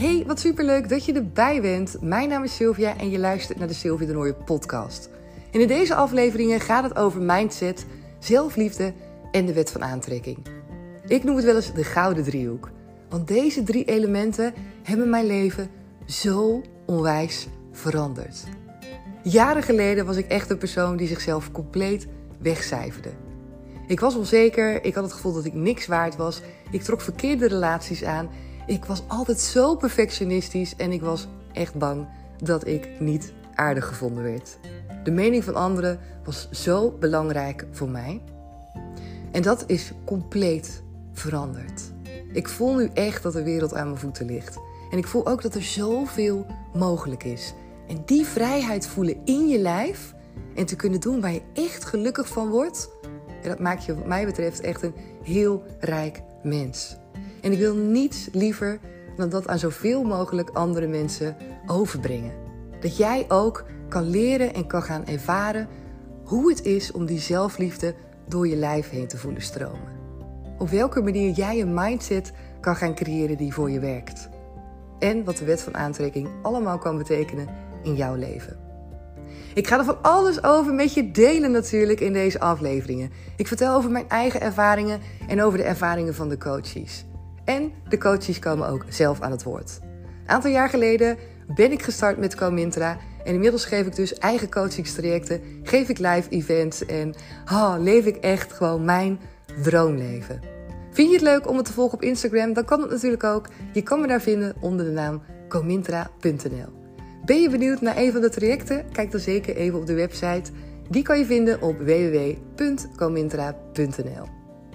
Hey, wat superleuk dat je erbij bent. Mijn naam is Sylvia en je luistert naar de Sylvia de Nooijen podcast. En in deze afleveringen gaat het over mindset, zelfliefde en de wet van aantrekking. Ik noem het wel eens de gouden driehoek. Want deze 3 elementen hebben mijn leven zo onwijs veranderd. Jaren geleden was ik echt een persoon die zichzelf compleet wegcijferde. Ik was onzeker, ik had het gevoel dat ik niks waard was. Ik trok verkeerde relaties aan. Ik was altijd zo perfectionistisch en ik was echt bang dat ik niet aardig gevonden werd. De mening van anderen was zo belangrijk voor mij. En dat is compleet veranderd. Ik voel nu echt dat de wereld aan mijn voeten ligt. En ik voel ook dat er zoveel mogelijk is. En die vrijheid voelen in je lijf en te kunnen doen waar je echt gelukkig van wordt, dat maakt je wat mij betreft echt een heel rijk mens. En ik wil niets liever dan dat aan zoveel mogelijk andere mensen overbrengen. Dat jij ook kan leren en kan gaan ervaren hoe het is om die zelfliefde door je lijf heen te voelen stromen. Op welke manier jij een mindset kan gaan creëren die voor je werkt. En wat de wet van aantrekking allemaal kan betekenen in jouw leven. Ik ga er van alles over met je delen natuurlijk in deze afleveringen. Ik vertel over mijn eigen ervaringen en over de ervaringen van de coaches. En de coaches komen ook zelf aan het woord. Een aantal jaar geleden ben ik gestart met Comintra. En inmiddels geef ik dus eigen coachingstrajecten, geef ik live events en leef ik echt gewoon mijn droomleven. Vind je het leuk om me te volgen op Instagram? Dan kan het natuurlijk ook. Je kan me daar vinden onder de naam comintra.nl. Ben je benieuwd naar een van de trajecten? Kijk dan zeker even op de website. Die kan je vinden op www.comintra.nl.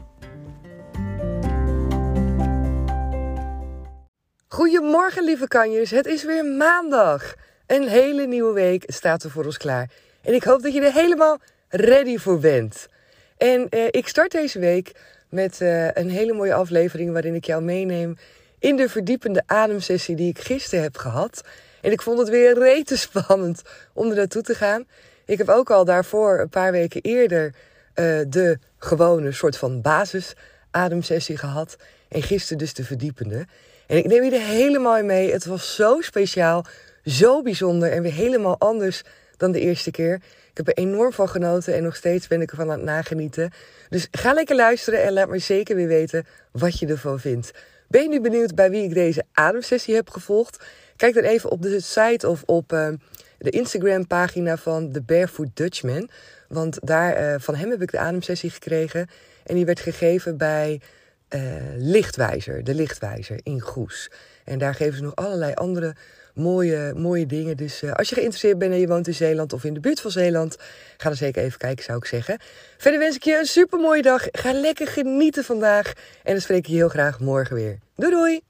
Goedemorgen lieve kanjers, het is weer maandag. Een hele nieuwe week staat er voor ons klaar. En ik hoop dat je er helemaal ready voor bent. En ik start deze week met een hele mooie aflevering waarin ik jou meeneem in de verdiepende ademsessie die ik gisteren heb gehad. En ik vond het weer rete spannend om er naartoe te gaan. Ik heb ook al daarvoor een paar weken eerder de gewone soort van basisademsessie gehad. En gisteren dus de verdiepende. En ik neem je er helemaal in mee. Het was zo speciaal, zo bijzonder en weer helemaal anders dan de eerste keer. Ik heb er enorm van genoten en nog steeds ben ik ervan aan het nagenieten. Dus ga lekker luisteren en laat me zeker weer weten wat je ervan vindt. Ben je nu benieuwd bij wie ik deze ademsessie heb gevolgd? Kijk dan even op de site of op de Instagram pagina van The Barefoot Dutchman. Want van hem heb ik de ademsessie gekregen. En die werd gegeven bij Lichtwijzer, de Lichtwijzer in Goes. En daar geven ze nog allerlei andere mooie dingen. Dus als je geïnteresseerd bent en je woont in Zeeland of in de buurt van Zeeland, ga er zeker even kijken, zou ik zeggen. Verder wens ik je een supermooie dag. Ga lekker genieten vandaag. En dan spreek ik je heel graag morgen weer. Doei doei!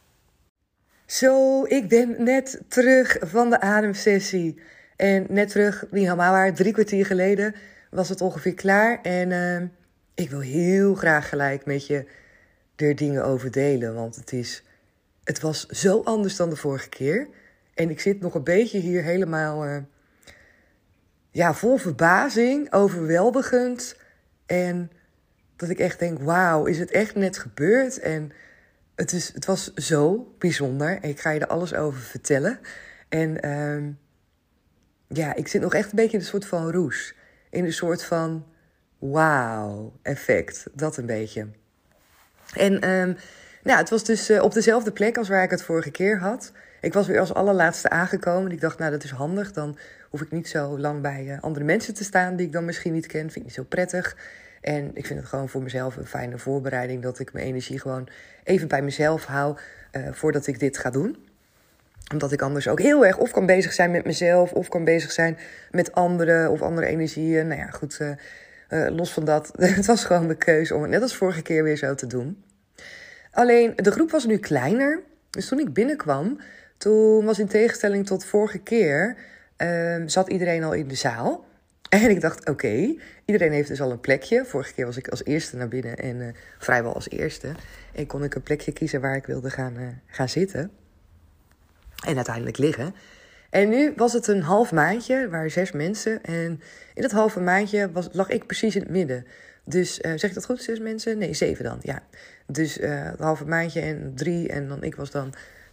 Zo, ik ben net terug van de ademsessie. En net terug, niet helemaal waar, 3 kwartier geleden was het ongeveer klaar. En ik wil heel graag gelijk met je er dingen over delen. Want het was zo anders dan de vorige keer. En ik zit nog een beetje hier helemaal vol verbazing, overweldigend. En dat ik echt denk, wauw, is het echt net gebeurd? En het was zo bijzonder. En ik ga je er alles over vertellen. En ik zit nog echt een beetje in een soort van roes. In een soort van wauw effect. Dat een beetje. En het was dus op dezelfde plek als waar ik het vorige keer had. Ik was weer als allerlaatste aangekomen. Ik dacht, dat is handig. Dan hoef ik niet zo lang bij andere mensen te staan die ik dan misschien niet ken. Vind ik niet zo prettig. En ik vind het gewoon voor mezelf een fijne voorbereiding dat ik mijn energie gewoon even bij mezelf hou voordat ik dit ga doen. Omdat ik anders ook heel erg of kan bezig zijn met mezelf of kan bezig zijn met anderen of andere energieën. Nou ja, goed, los van dat. Het was gewoon de keuze om het net als vorige keer weer zo te doen. Alleen, de groep was nu kleiner. Dus toen ik binnenkwam, toen was in tegenstelling tot vorige keer, zat iedereen al in de zaal. En ik dacht, oké, iedereen heeft dus al een plekje. Vorige keer was ik als eerste naar binnen en vrijwel als eerste. En kon ik een plekje kiezen waar ik wilde gaan zitten. En uiteindelijk liggen. En nu was het een half maandje, er waren 6 mensen. En in dat halve maandje lag ik precies in het midden. Dus zeg ik dat goed, 6 mensen? Nee, 7 dan, ja. Dus het halve maandje en 3 en dan ik was dan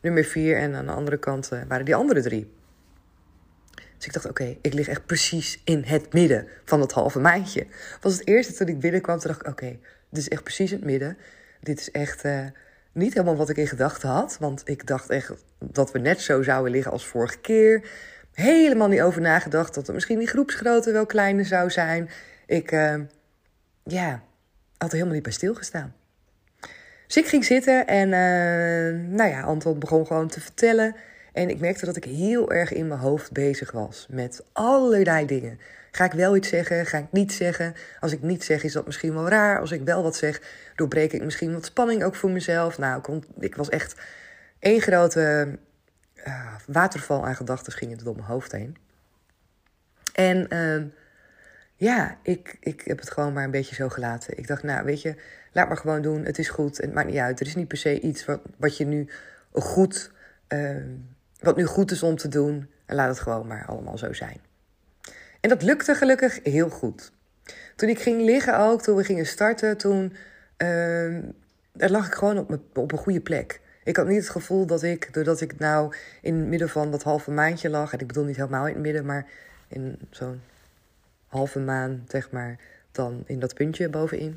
nummer 4 en aan de andere kant waren die andere 3. Dus ik dacht, oké, ik lig echt precies in het midden van dat halve maandje. Dat was het eerste toen ik binnenkwam. Toen dacht ik, oké, dit is echt precies in het midden. Dit is echt niet helemaal wat ik in gedachten had. Want ik dacht echt dat we net zo zouden liggen als vorige keer. Helemaal niet over nagedacht dat er misschien die groepsgrootte wel kleiner zou zijn. Ik had er helemaal niet bij stilgestaan. Dus ik ging zitten en Anton begon gewoon te vertellen. En ik merkte dat ik heel erg in mijn hoofd bezig was met allerlei dingen. Ga ik wel iets zeggen? Ga ik niet zeggen? Als ik niet zeg, is dat misschien wel raar. Als ik wel wat zeg, doorbreek ik misschien wat spanning ook voor mezelf. Nou, ik was echt één grote waterval aan gedachten ging het door mijn hoofd heen. En ik heb het gewoon maar een beetje zo gelaten. Ik dacht, nou, weet je, laat maar gewoon doen. Het is goed en het maakt niet uit. Er is niet per se iets wat nu goed is om te doen. En laat het gewoon maar allemaal zo zijn. En dat lukte gelukkig heel goed. Toen ik ging liggen ook, toen we gingen starten, toen lag ik gewoon op een goede plek. Ik had niet het gevoel doordat ik nou in het midden van dat halve maandje lag, en ik bedoel niet helemaal in het midden, maar in zo'n halve maan, zeg maar, dan in dat puntje bovenin.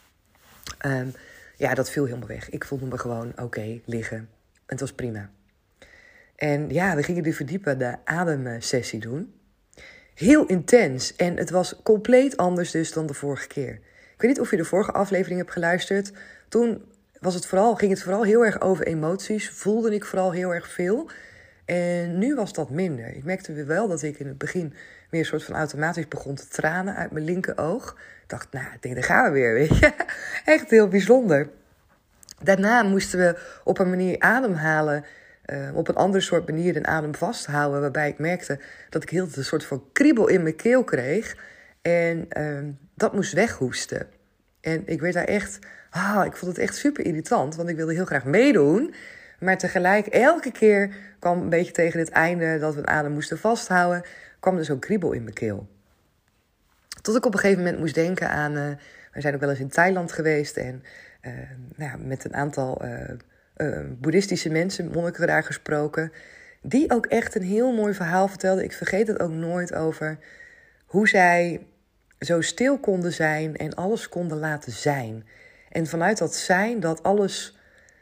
Dat viel helemaal weg. Ik voelde me gewoon oké, liggen. En het was prima. En ja, we gingen die verdiepende ademsessie doen. Heel intens. En het was compleet anders dus dan de vorige keer. Ik weet niet of je de vorige aflevering hebt geluisterd. Toen ging het vooral heel erg over emoties. Voelde ik vooral heel erg veel. En nu was dat minder. Ik merkte weer wel dat ik in het begin weer een soort van automatisch begon te tranen uit mijn linkeroog. Ik dacht, daar gaan we weer, weet je. Echt heel bijzonder. Daarna moesten we op een manier ademhalen. Op een andere soort manier een adem vasthouden. Waarbij ik merkte dat ik heel een soort van kriebel in mijn keel kreeg. En dat moest weghoesten. En ik werd daar echt... ik vond het echt super irritant. Want ik wilde heel graag meedoen. Maar tegelijk, elke keer kwam een beetje tegen het einde dat we een adem moesten vasthouden, kwam er zo'n kriebel in mijn keel. Tot ik op een gegeven moment moest denken aan... we zijn ook wel eens in Thailand geweest en met een aantal boeddhistische mensen, monniken daar gesproken, die ook echt een heel mooi verhaal vertelden. Ik vergeet het ook nooit over hoe zij zo stil konden zijn en alles konden laten zijn. En vanuit dat zijn, dat alles...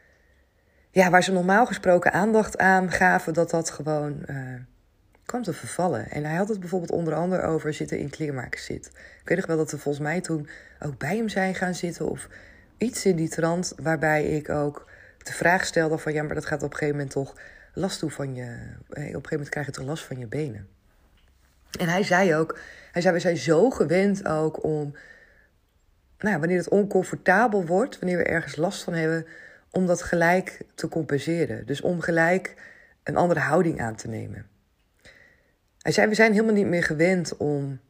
waar ze normaal gesproken aandacht aan gaven, dat gewoon kwam te vervallen. En hij had het bijvoorbeeld onder andere over zitten in kleermakerszit. Ik weet nog wel dat we volgens mij toen ook bij hem zijn gaan zitten of iets in die trant, waarbij ik ook de vraag stelde van maar dat gaat op een gegeven moment toch last toe van je... op een gegeven moment krijg je toch last van je benen. En hij zei, we zijn zo gewend ook om... wanneer het oncomfortabel wordt, wanneer we ergens last van hebben, om dat gelijk te compenseren. Dus om gelijk een andere houding aan te nemen. Hij zei, we zijn helemaal niet meer gewend om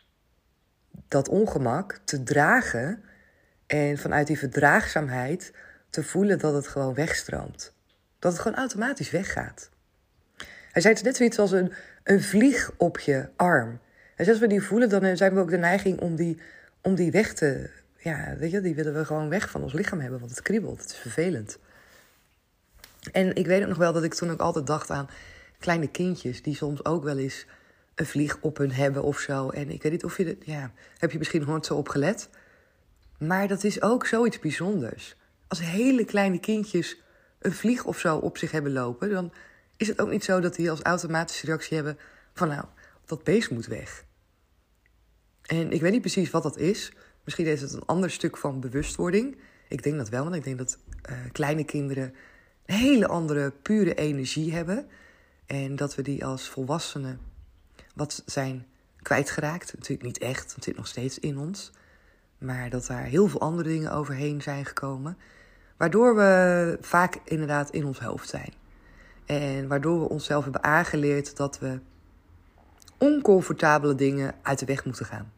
dat ongemak te dragen en vanuit die verdraagzaamheid te voelen dat het gewoon wegstroomt. Dat het gewoon automatisch weggaat. Hij zei, het is net zoiets als een vlieg op je arm. En als we die voelen, dan zijn we ook de neiging om die weg te... die willen we gewoon weg van ons lichaam hebben, want het kriebelt, het is vervelend. En ik weet ook nog wel dat ik toen ook altijd dacht aan kleine kindjes die soms ook wel eens een vlieg op hun hebben of zo. En ik weet niet of je heb je misschien nooit zo op gelet. Maar dat is ook zoiets bijzonders. Als hele kleine kindjes een vlieg of zo op zich hebben lopen, dan is het ook niet zo dat die als automatische reactie hebben van dat beest moet weg. En ik weet niet precies wat dat is. Misschien is het een ander stuk van bewustwording. Ik denk dat wel, want ik denk dat kleine kinderen een hele andere pure energie hebben. En dat we die als volwassenen wat zijn kwijtgeraakt. Natuurlijk niet echt, want het zit nog steeds in ons. Maar dat daar heel veel andere dingen overheen zijn gekomen. Waardoor we vaak inderdaad in ons hoofd zijn. En waardoor we onszelf hebben aangeleerd dat we oncomfortabele dingen uit de weg moeten gaan.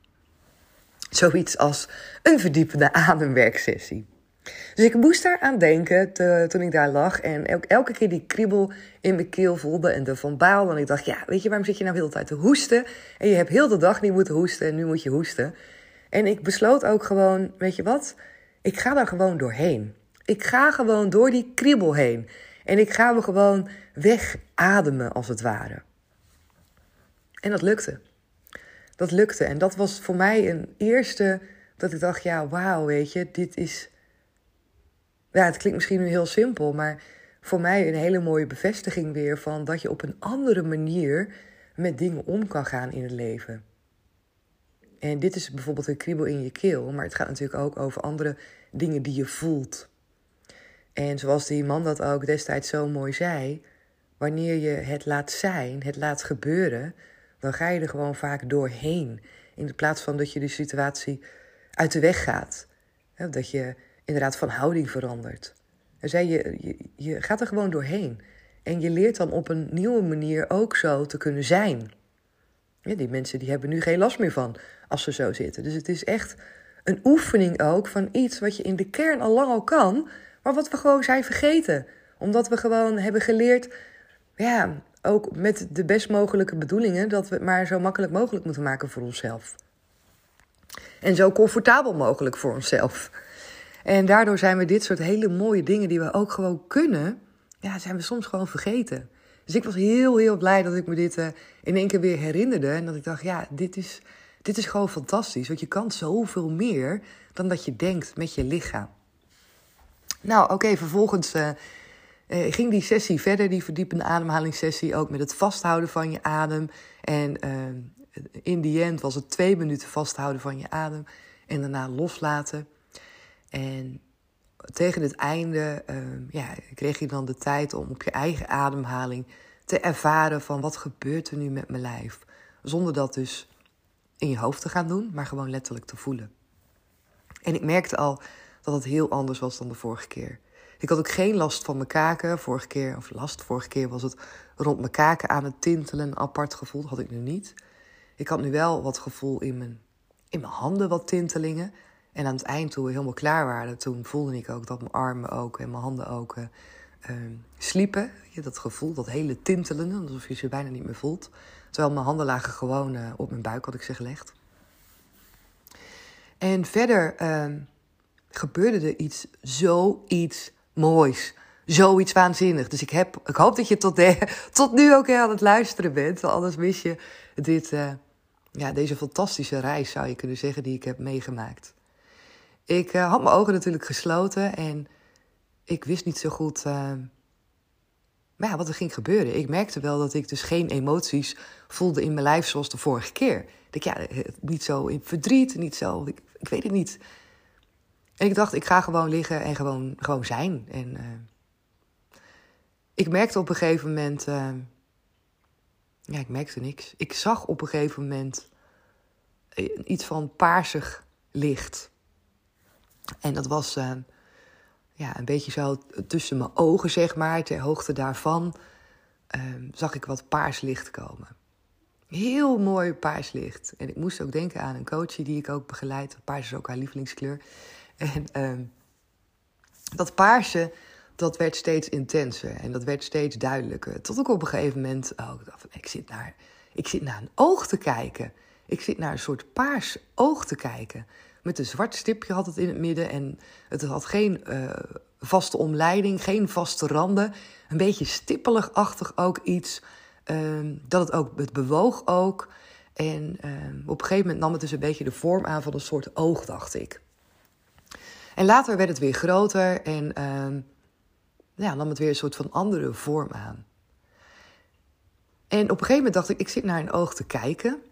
Zoiets als een verdiepende ademwerksessie. Dus ik moest daar aan denken toen ik daar lag. En elke keer die kriebel in mijn keel voelde en ervan baalde. En ik dacht, weet je, waarom zit je nou heel de tijd te hoesten? En je hebt heel de dag niet moeten hoesten en nu moet je hoesten. En ik besloot ook gewoon, weet je wat? Ik ga daar gewoon doorheen. Ik ga gewoon door die kriebel heen. En ik ga me gewoon wegademen als het ware. En dat lukte. Dat lukte. En dat was voor mij een eerste dat ik dacht, ja, wauw, weet je, dit is... Ja, het klinkt misschien nu heel simpel, maar voor mij een hele mooie bevestiging weer van dat je op een andere manier met dingen om kan gaan in het leven. En dit is bijvoorbeeld een kriebel in je keel, maar het gaat natuurlijk ook over andere dingen die je voelt. En zoals die man dat ook destijds zo mooi zei, wanneer je het laat zijn, het laat gebeuren, dan ga je er gewoon vaak doorheen. In plaats van dat je de situatie uit de weg gaat. Dat je inderdaad van houding verandert. Dus je gaat er gewoon doorheen. En je leert dan op een nieuwe manier ook zo te kunnen zijn. Ja, die mensen die hebben nu geen last meer van als ze zo zitten. Dus het is echt een oefening ook van iets wat je in de kern al lang al kan, maar wat we gewoon zijn vergeten. Omdat we gewoon hebben geleerd, ja, ook met de best mogelijke bedoelingen, dat we het maar zo makkelijk mogelijk moeten maken voor onszelf. En zo comfortabel mogelijk voor onszelf. En daardoor zijn we dit soort hele mooie dingen die we ook gewoon kunnen, ja, zijn we soms gewoon vergeten. Dus ik was heel, heel blij dat ik me dit in één keer weer herinnerde. En dat ik dacht, ja, dit is gewoon fantastisch. Want je kan zoveel meer dan dat je denkt met je lichaam. Nou, oké, vervolgens ging die sessie verder, die verdiepende ademhalingssessie, ook met het vasthouden van je adem. En in the end was het 2 minuten vasthouden van je adem en daarna loslaten. En tegen het einde kreeg je dan de tijd om op je eigen ademhaling te ervaren van wat gebeurt er nu met mijn lijf. Zonder dat dus in je hoofd te gaan doen, maar gewoon letterlijk te voelen. En ik merkte al dat het heel anders was dan de vorige keer. Ik had ook geen last van mijn kaken. Vorige keer was het rond mijn kaken aan het tintelen. Een apart gevoel, dat had ik nu niet. Ik had nu wel wat gevoel in mijn handen, wat tintelingen. En aan het eind, toen we helemaal klaar waren, toen voelde ik ook dat mijn armen ook en mijn handen ook sliepen. Dat gevoel, dat hele tintelende, alsof je ze bijna niet meer voelt. Terwijl mijn handen lagen gewoon op mijn buik, had ik ze gelegd. En verder gebeurde er zoiets moois. Zoiets waanzinnig. Dus ik hoop dat je tot nu ook aan het luisteren bent. Want anders mis je deze fantastische reis, zou je kunnen zeggen, die ik heb meegemaakt. Ik had mijn ogen natuurlijk gesloten en ik wist niet zo goed wat er ging gebeuren. Ik merkte wel dat ik dus geen emoties voelde in mijn lijf zoals de vorige keer. Niet zo in verdriet, niet zo, ik weet het niet. En ik dacht, ik ga gewoon liggen en gewoon zijn. En ik merkte op een gegeven moment, ik merkte niks. Ik zag op een gegeven moment iets van paarsig licht. En dat was een beetje zo tussen mijn ogen, zeg maar. Ter hoogte daarvan zag ik wat paars licht komen. Heel mooi paars licht. En ik moest ook denken aan een coachie die ik ook begeleid. Paars is ook haar lievelingskleur. En dat paarse, dat werd steeds intenser. En dat werd steeds duidelijker. Tot ik op een gegeven moment ik dacht van, ik zit naar een oog te kijken. Ik zit naar een soort paars oog te kijken. Met een zwart stipje had het in het midden. En het had geen vaste omleiding, geen vaste randen. Een beetje stippelig-achtig ook iets. Het bewoog ook. En op een gegeven moment nam het dus een beetje de vorm aan van een soort oog, dacht ik. En later werd het weer groter en nam het weer een soort van andere vorm aan. En op een gegeven moment dacht ik zit naar een oog te kijken.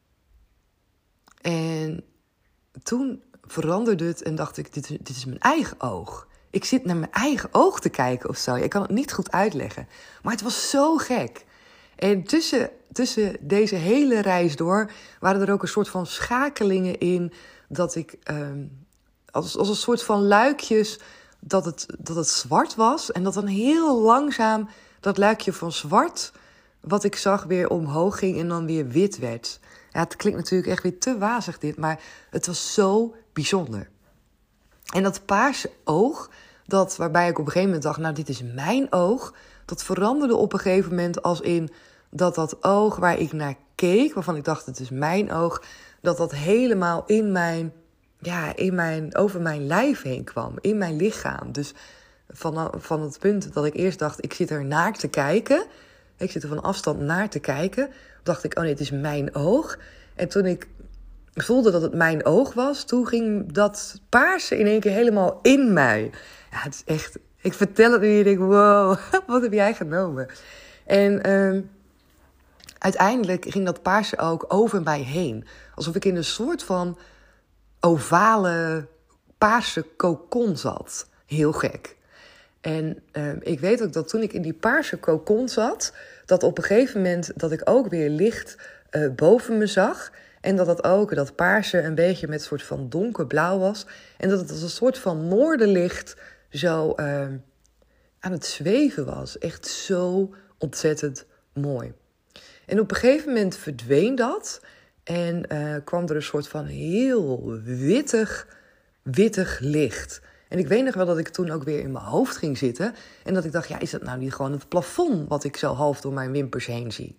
En toen veranderde het en dacht ik, dit is mijn eigen oog. Ik zit naar mijn eigen oog te kijken of zo. Ik kan het niet goed uitleggen. Maar het was zo gek. En tussen deze hele reis door waren er ook een soort van schakelingen in. Dat ik als een soort van luikjes dat het zwart was. En dat dan heel langzaam dat luikje van zwart, wat ik zag, weer omhoog ging en dan weer wit werd. Ja, het klinkt natuurlijk echt weer te wazig dit, maar het was zo bijzonder. En dat paarse oog, waarbij ik op een gegeven moment dacht, dit is mijn oog, dat veranderde op een gegeven moment als in dat oog waar ik naar keek, waarvan ik dacht, het is mijn oog, dat helemaal over mijn lijf heen kwam, in mijn lichaam. Dus van het punt dat ik eerst dacht, ik zit er naar te kijken. Ik zit er van afstand naar te kijken. Dacht ik, oh nee, het is mijn oog. En toen ik voelde dat het mijn oog was, toen ging dat paarse in één keer helemaal in mij. Ja, het is echt, ik vertel het nu en ik denk, wow, wat heb jij genomen? En uiteindelijk ging dat paarse ook over mij heen. Alsof ik in een soort van ovale paarse kokon zat. Heel gek. En ik weet ook dat toen ik in die paarse kokon zat, dat op een gegeven moment dat ik ook weer licht boven me zag. En dat paarse een beetje met een soort van donkerblauw was. En dat het als een soort van noorderlicht zo aan het zweven was. Echt zo ontzettend mooi. En op een gegeven moment verdween dat. En kwam er een soort van heel wittig licht. En ik weet nog wel dat ik toen ook weer in mijn hoofd ging zitten. En dat ik dacht, ja, is dat nou niet gewoon het plafond wat ik zo half door mijn wimpers heen zie?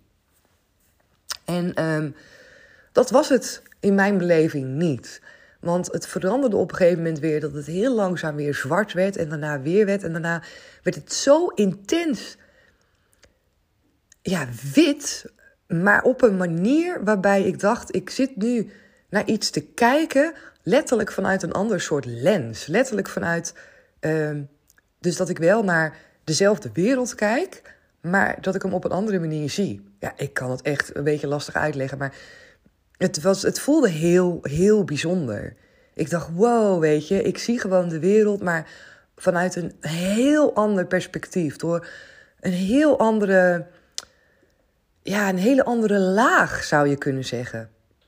En dat was het in mijn beleving niet. Want het veranderde op een gegeven moment weer dat het heel langzaam weer zwart werd. En daarna weer werd. En daarna werd het zo intens, ja, wit. Maar op een manier waarbij ik dacht, ik zit nu naar iets te kijken, letterlijk vanuit een ander soort lens. Letterlijk vanuit, dus dat ik wel naar dezelfde wereld kijk, maar dat ik hem op een andere manier zie. Ja, ik kan het echt een beetje lastig uitleggen, maar het voelde heel bijzonder. Ik dacht, wow, weet je, ik zie gewoon de wereld, maar vanuit een heel ander perspectief. Door een heel andere, ja, een hele andere laag, zou je kunnen zeggen.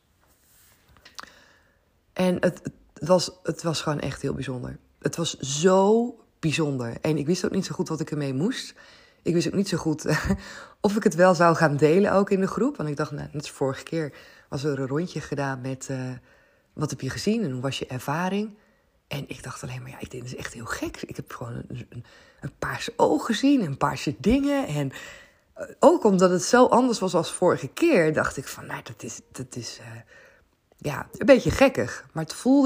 En het was gewoon echt heel bijzonder. Het was zo bijzonder. En ik wist ook niet zo goed wat ik ermee moest. Ik wist ook niet zo goed of ik het wel zou gaan delen ook in de groep. Want ik dacht, nou, net als vorige keer was er een rondje gedaan met wat heb je gezien en hoe was je ervaring? En ik dacht alleen maar, ja, dit is echt heel gek. Ik heb gewoon een paarse oog gezien en paarse dingen. En ook omdat het zo anders was als vorige keer, dacht ik van, nou, dat is ja, een beetje gekkig. Maar het voelde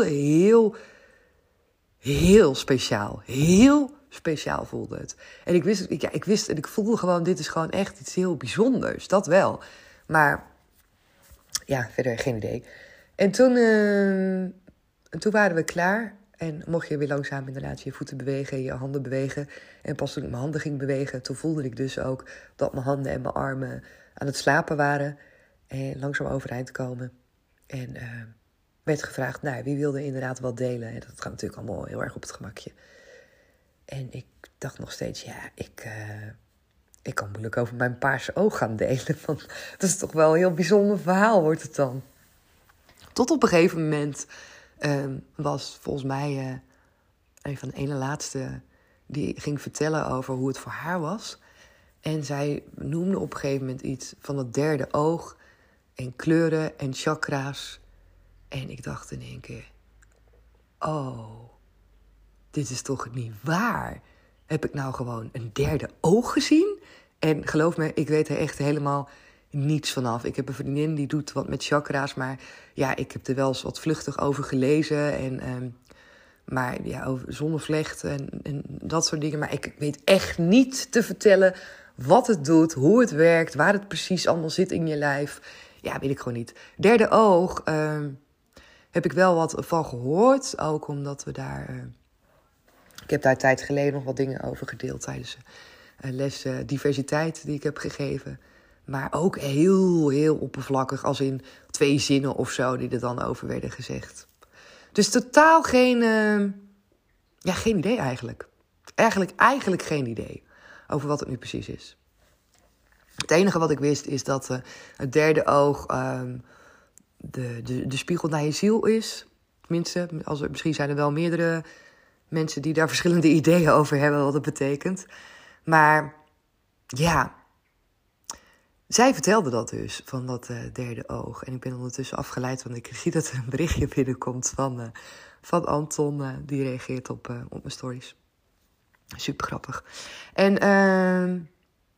heel speciaal. Heel speciaal voelde het. En ik wist en ik voelde gewoon, dit is gewoon echt iets heel bijzonders. Dat wel. Maar ja, verder geen idee. En toen waren we klaar. En mocht je weer langzaam inderdaad je voeten bewegen, je handen bewegen. En pas toen ik mijn handen ging bewegen, toen voelde ik dus ook dat mijn handen en mijn armen aan het slapen waren. En langzaam overeind komen. En werd gevraagd, nou, wie wilde inderdaad wat delen? En dat gaat natuurlijk allemaal heel erg op het gemakje. En ik dacht nog steeds, ja, ik kan moeilijk over mijn paarse oog gaan delen. Want dat is toch wel een heel bijzonder verhaal, wordt het dan. Tot op een gegeven moment was volgens mij een van de ene laatste die ging vertellen over hoe het voor haar was. En zij noemde op een gegeven moment iets van het derde oog en kleuren en chakra's. En ik dacht in één keer, oh, dit is toch niet waar? Heb ik nou gewoon een derde oog gezien? En geloof me, ik weet er echt helemaal niets vanaf. Ik heb een vriendin die doet wat met chakra's, maar ja, ik heb er wel eens wat vluchtig over gelezen. Maar ja, over zonnevlecht en dat soort dingen. Maar ik weet echt niet te vertellen wat het doet, hoe het werkt, waar het precies allemaal zit in je lijf. Ja, weet ik gewoon niet. Derde oog heb ik wel wat van gehoord. Ook omdat we daar ik heb daar een tijd geleden nog wat dingen over gedeeld tijdens een les diversiteit die ik heb gegeven. Maar ook heel oppervlakkig, als in 2 zinnen of zo die er dan over werden gezegd. Dus totaal geen idee eigenlijk. Eigenlijk geen idee over wat het nu precies is. Het enige wat ik wist is dat het derde oog de spiegel naar je ziel is. Tenminste, misschien zijn er wel meerdere mensen die daar verschillende ideeën over hebben wat het betekent. Maar ja, zij vertelde dat dus, van dat derde oog. En ik ben ondertussen afgeleid, want ik zie dat er een berichtje binnenkomt van Anton. Die reageert op mijn stories. Super grappig. En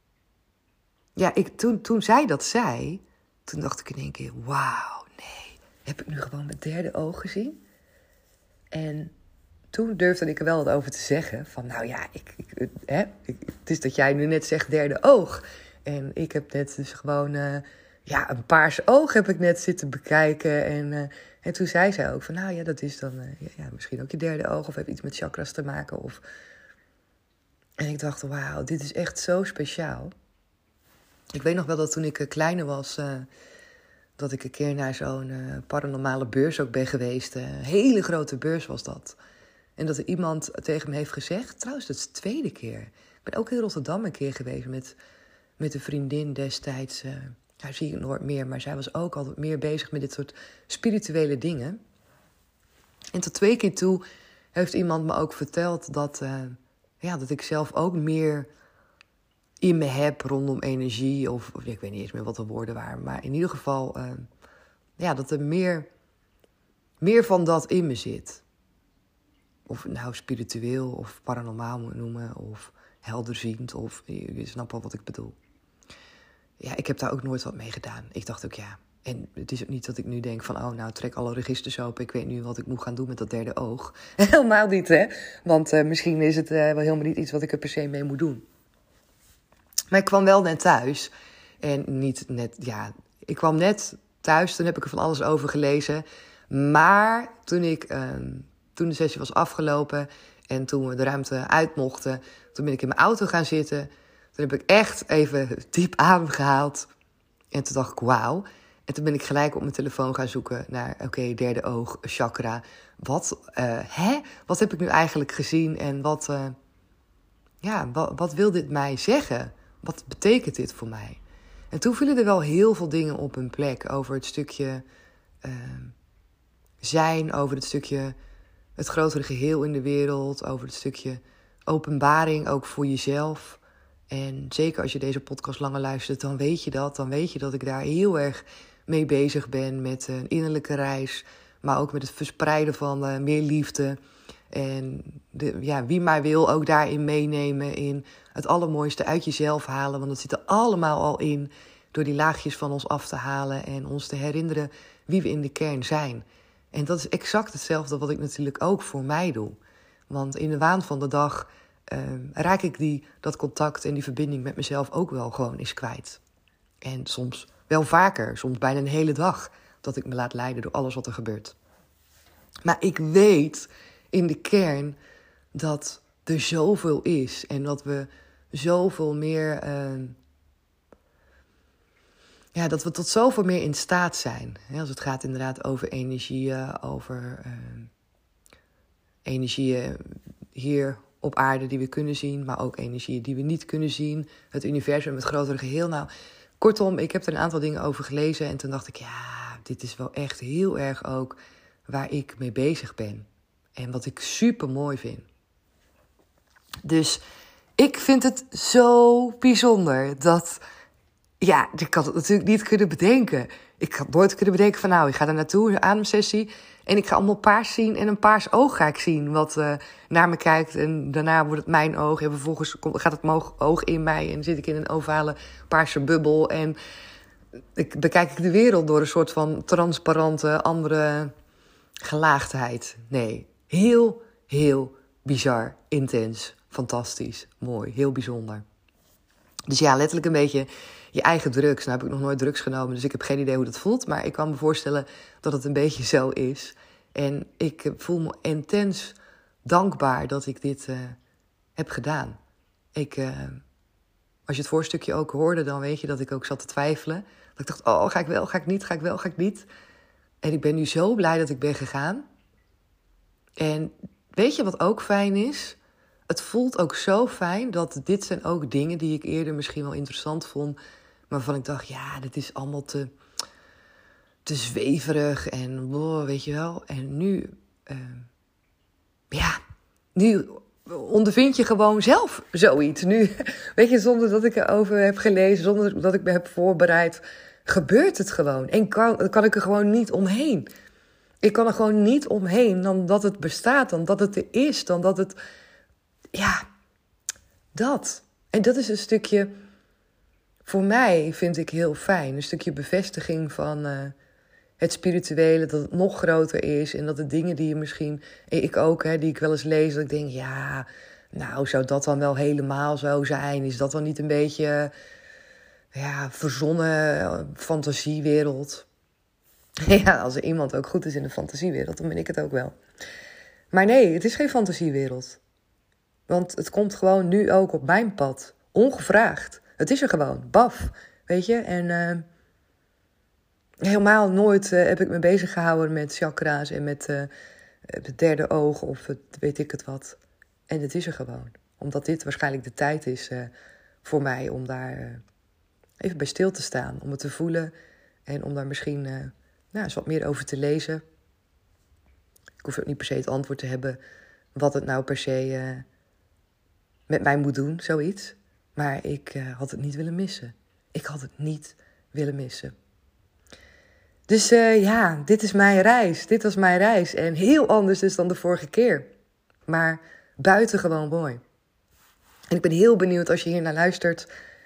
toen zij dat zei, toen dacht ik in één keer, wauw, nee. Heb ik nu gewoon mijn derde oog gezien? En toen durfde ik er wel wat over te zeggen. Van nou ja, het is dat jij nu net zegt derde oog. En ik heb net dus gewoon een paars oog heb ik net zitten bekijken. En toen zei zij ook van nou ja, dat is dan misschien ook je derde oog. Of heeft iets met chakras te maken. En ik dacht, wauw, dit is echt zo speciaal. Ik weet nog wel dat toen ik kleiner was, dat ik een keer naar zo'n paranormale beurs ook ben geweest. Een hele grote beurs was dat. En dat er iemand tegen me heeft gezegd, trouwens dat is de tweede keer. Ik ben ook in Rotterdam een keer geweest met een vriendin destijds. Daar zie ik nooit meer, maar zij was ook altijd meer bezig met dit soort spirituele dingen. En tot 2 keer toe heeft iemand me ook verteld dat ik zelf ook meer in me heb rondom energie. Of ik weet niet eens meer wat de woorden waren. Maar in ieder geval, dat er meer van dat in me zit. Of nou spiritueel of paranormaal moet noemen. Of helderziend. Of je snapt wel wat ik bedoel. Ja, ik heb daar ook nooit wat mee gedaan. Ik dacht ook En het is ook niet dat ik nu denk van trek alle registers open. Ik weet nu wat ik moet gaan doen met dat derde oog. Helemaal niet, hè. Want misschien is het wel helemaal niet iets wat ik er per se mee moet doen. Maar ik kwam wel net thuis. En niet net, ik kwam net thuis. Toen heb ik er van alles over gelezen. Maar toen de sessie was afgelopen en toen we de ruimte uit mochten, toen ben ik in mijn auto gaan zitten. Toen heb ik echt even diep adem gehaald. En toen dacht ik, wauw. En toen ben ik gelijk op mijn telefoon gaan zoeken naar, derde oog, chakra. Wat heb ik nu eigenlijk gezien en wat wil dit mij zeggen? Wat betekent dit voor mij? En toen vielen er wel heel veel dingen op hun plek over het stukje zijn, over het stukje het grotere geheel in de wereld, over het stukje openbaring ook voor jezelf. En zeker als je deze podcast langer luistert, dan weet je dat. Dan weet je dat ik daar heel erg mee bezig ben met een innerlijke reis, maar ook met het verspreiden van meer liefde. En wie maar wil ook daarin meenemen, in het allermooiste uit jezelf halen. Want dat zit er allemaal al in, door die laagjes van ons af te halen en ons te herinneren wie we in de kern zijn. En dat is exact hetzelfde wat ik natuurlijk ook voor mij doe. Want in de waan van de dag raak ik dat contact en die verbinding met mezelf ook wel gewoon eens kwijt. En soms wel vaker, soms bijna een hele dag, dat ik me laat leiden door alles wat er gebeurt. Maar ik weet in de kern dat er zoveel is en dat we zoveel meer, dat we tot zoveel meer in staat zijn. Als het gaat inderdaad over energieën, over energieën hier op aarde die we kunnen zien, maar ook energieën die we niet kunnen zien. Het universum, het grotere geheel. Nou, kortom, ik heb er een aantal dingen over gelezen en toen dacht ik, dit is wel echt heel erg ook waar ik mee bezig ben. En wat ik super mooi vind. Dus ik vind het zo bijzonder dat, ik had het natuurlijk niet kunnen bedenken. Ik had nooit kunnen bedenken van ik ga daar naartoe, een ademsessie. En ik ga allemaal paars zien en een paars oog ga ik zien wat naar me kijkt. En daarna wordt het mijn oog. En vervolgens gaat het oog in mij en zit ik in een ovale paarse bubbel. En bekijk ik de wereld door een soort van transparante, andere gelaagdheid. Nee, heel, heel bizar, intens, fantastisch, mooi, heel bijzonder. Dus letterlijk een beetje je eigen drugs. Nou heb ik nog nooit drugs genomen, dus ik heb geen idee hoe dat voelt. Maar ik kan me voorstellen dat het een beetje zo is. En ik voel me intens dankbaar dat ik dit heb gedaan. Als je het voorstukje ook hoorde, dan weet je dat ik ook zat te twijfelen. Dat ik dacht, ga ik wel, ga ik niet, ga ik wel, ga ik niet. En ik ben nu zo blij dat ik ben gegaan. En weet je wat ook fijn is? Het voelt ook zo fijn dat dit zijn ook dingen die ik eerder misschien wel interessant vond. Maar waarvan ik dacht, dit is allemaal te zweverig en weet je wel. En nu, nu ondervind je gewoon zelf zoiets. Nu, weet je, zonder dat ik erover heb gelezen, zonder dat ik me heb voorbereid, gebeurt het gewoon. En kan ik er gewoon niet omheen. Ik kan er gewoon niet omheen dan dat het bestaat, dan dat het er is, dan dat het, dat. En dat is een stukje, voor mij vind ik heel fijn, een stukje bevestiging van, het spirituele, dat het nog groter is. En dat de dingen die je misschien, en ik ook, die ik wel eens lees, dat ik denk, ja, nou, zou dat dan wel helemaal zo zijn? Is dat dan niet een beetje, verzonnen fantasiewereld? Ja, als er iemand ook goed is in de fantasiewereld, dan ben ik het ook wel. Maar nee, het is geen fantasiewereld. Want het komt gewoon nu ook op mijn pad. Ongevraagd. Het is er gewoon. Baf. Weet je? En helemaal nooit heb ik me bezig gehouden met chakra's en met het derde oog of weet ik het wat. En het is er gewoon. Omdat dit waarschijnlijk de tijd is voor mij om daar even bij stil te staan. Om het te voelen en om daar misschien eens wat meer over te lezen. Ik hoef ook niet per se het antwoord te hebben wat het nou per se met mij moet doen, zoiets. Maar ik had het niet willen missen. Ik had het niet willen missen. Dus dit is mijn reis. Dit was mijn reis. En heel anders dus dan de vorige keer. Maar buitengewoon mooi. En ik ben heel benieuwd als je hier naar luistert.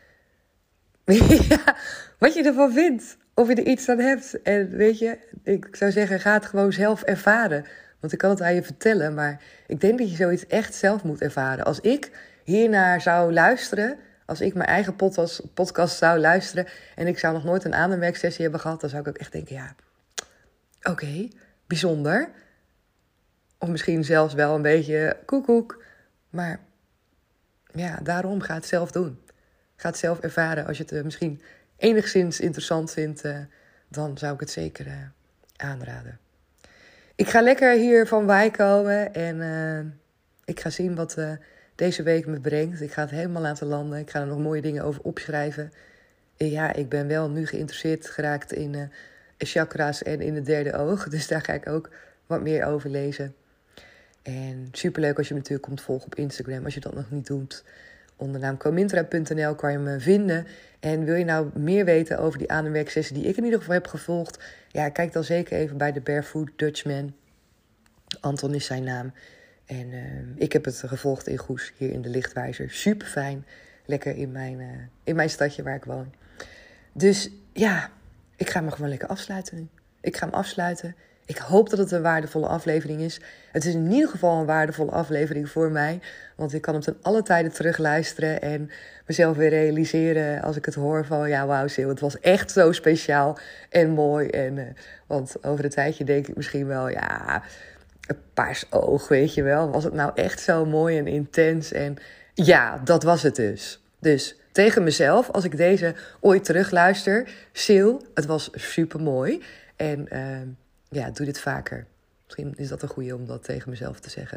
Wat je ervan vindt. Of je er iets aan hebt. En weet je, ik zou zeggen, ga het gewoon zelf ervaren. Want ik kan het aan je vertellen. Maar ik denk dat je zoiets echt zelf moet ervaren. Als ik hiernaar zou luisteren, als ik mijn eigen podcast zou luisteren en ik zou nog nooit een ademwerksessie hebben gehad, dan zou ik ook echt denken, oké, bijzonder. Of misschien zelfs wel een beetje koekoek. Maar ja, daarom ga het zelf doen. Ga het zelf ervaren. Als je het misschien enigszins interessant vindt, dan zou ik het zeker aanraden. Ik ga lekker hier van wijk komen en ik ga zien wat deze week me brengt. Ik ga het helemaal laten landen. Ik ga er nog mooie dingen over opschrijven. En ja, ik ben wel nu geïnteresseerd geraakt in chakra's en in het derde oog. Dus daar ga ik ook wat meer over lezen. En superleuk als je me natuurlijk komt volgen op Instagram. Als je dat nog niet doet. Onder naam comintra.nl kan je me vinden. En wil je nou meer weten over die ademwerksessie die ik in ieder geval heb gevolgd? Ja, kijk dan zeker even bij de Barefoot Dutchman. Anton is zijn naam. En ik heb het gevolgd in Goes, hier in de Lichtwijzer. Super fijn. Lekker in mijn stadje waar ik woon. Dus ja, ik ga me gewoon lekker afsluiten nu. Ik ga hem afsluiten. Ik hoop dat het een waardevolle aflevering is. Het is in ieder geval een waardevolle aflevering voor mij. Want ik kan hem ten alle tijden terugluisteren en mezelf weer realiseren als ik het hoor van, ja, wauw, Sil, het was echt zo speciaal en mooi. En, want over een tijdje denk ik misschien wel, ja, een paars oog, weet je wel. Was het nou echt zo mooi en intens? En ja, dat was het dus. Dus tegen mezelf, als ik deze ooit terugluister, Sil, het was super mooi. En doe dit vaker. Misschien is dat een goeie om dat tegen mezelf te zeggen.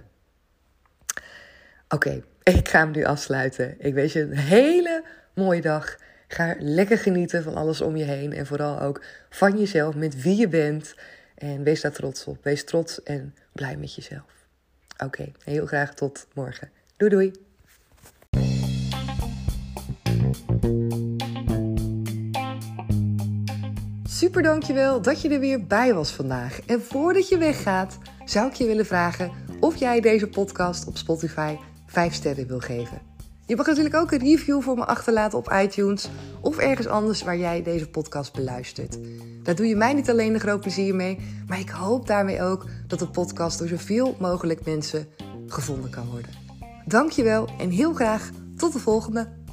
Oké, ik ga hem nu afsluiten. Ik wens je een hele mooie dag. Ga lekker genieten van alles om je heen. En vooral ook van jezelf, met wie je bent. En wees daar trots op. Wees trots en blij met jezelf. Oké, heel graag tot morgen. Doei doei. Super dankjewel dat je er weer bij was vandaag. En voordat je weggaat, zou ik je willen vragen of jij deze podcast op Spotify 5 sterren wil geven. Je mag natuurlijk ook een review voor me achterlaten op iTunes of ergens anders waar jij deze podcast beluistert. Daar doe je mij niet alleen een groot plezier mee, maar ik hoop daarmee ook dat de podcast door zoveel mogelijk mensen gevonden kan worden. Dankjewel en heel graag tot de volgende.